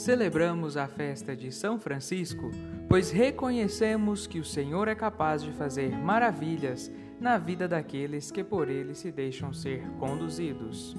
Celebramos a festa de São Francisco, pois reconhecemos que o Senhor é capaz de fazer maravilhas na vida daqueles que por ele se deixam ser conduzidos.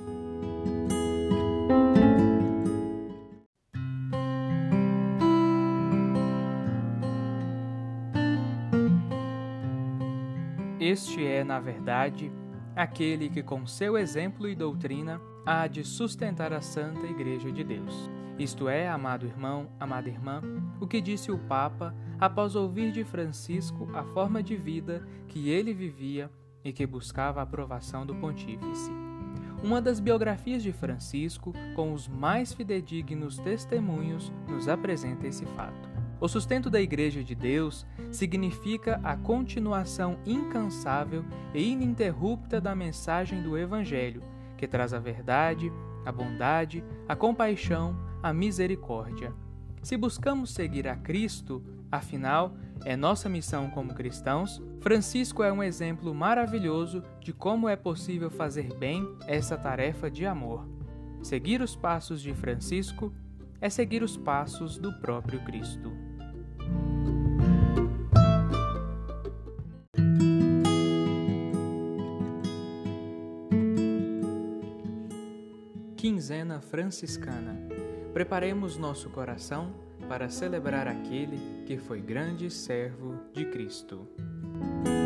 Este é, na verdade, aquele que com seu exemplo e doutrina há de sustentar a Santa Igreja de Deus. Isto é, amado irmão, amada irmã, o que disse o Papa após ouvir de Francisco a forma de vida que ele vivia e que buscava a aprovação do pontífice. Uma das biografias de Francisco, com os mais fidedignos testemunhos, nos apresenta esse fato. O sustento da Igreja de Deus significa a continuação incansável e ininterrupta da mensagem do Evangelho, que traz a verdade, a bondade, a compaixão, a misericórdia. Se buscamos seguir a Cristo, afinal, é nossa missão como cristãos, Francisco é um exemplo maravilhoso de como é possível fazer bem essa tarefa de amor. Seguir os passos de Francisco é seguir os passos do próprio Cristo. Quinzena Franciscana. Preparemos nosso coração para celebrar aquele que foi grande servo de Cristo.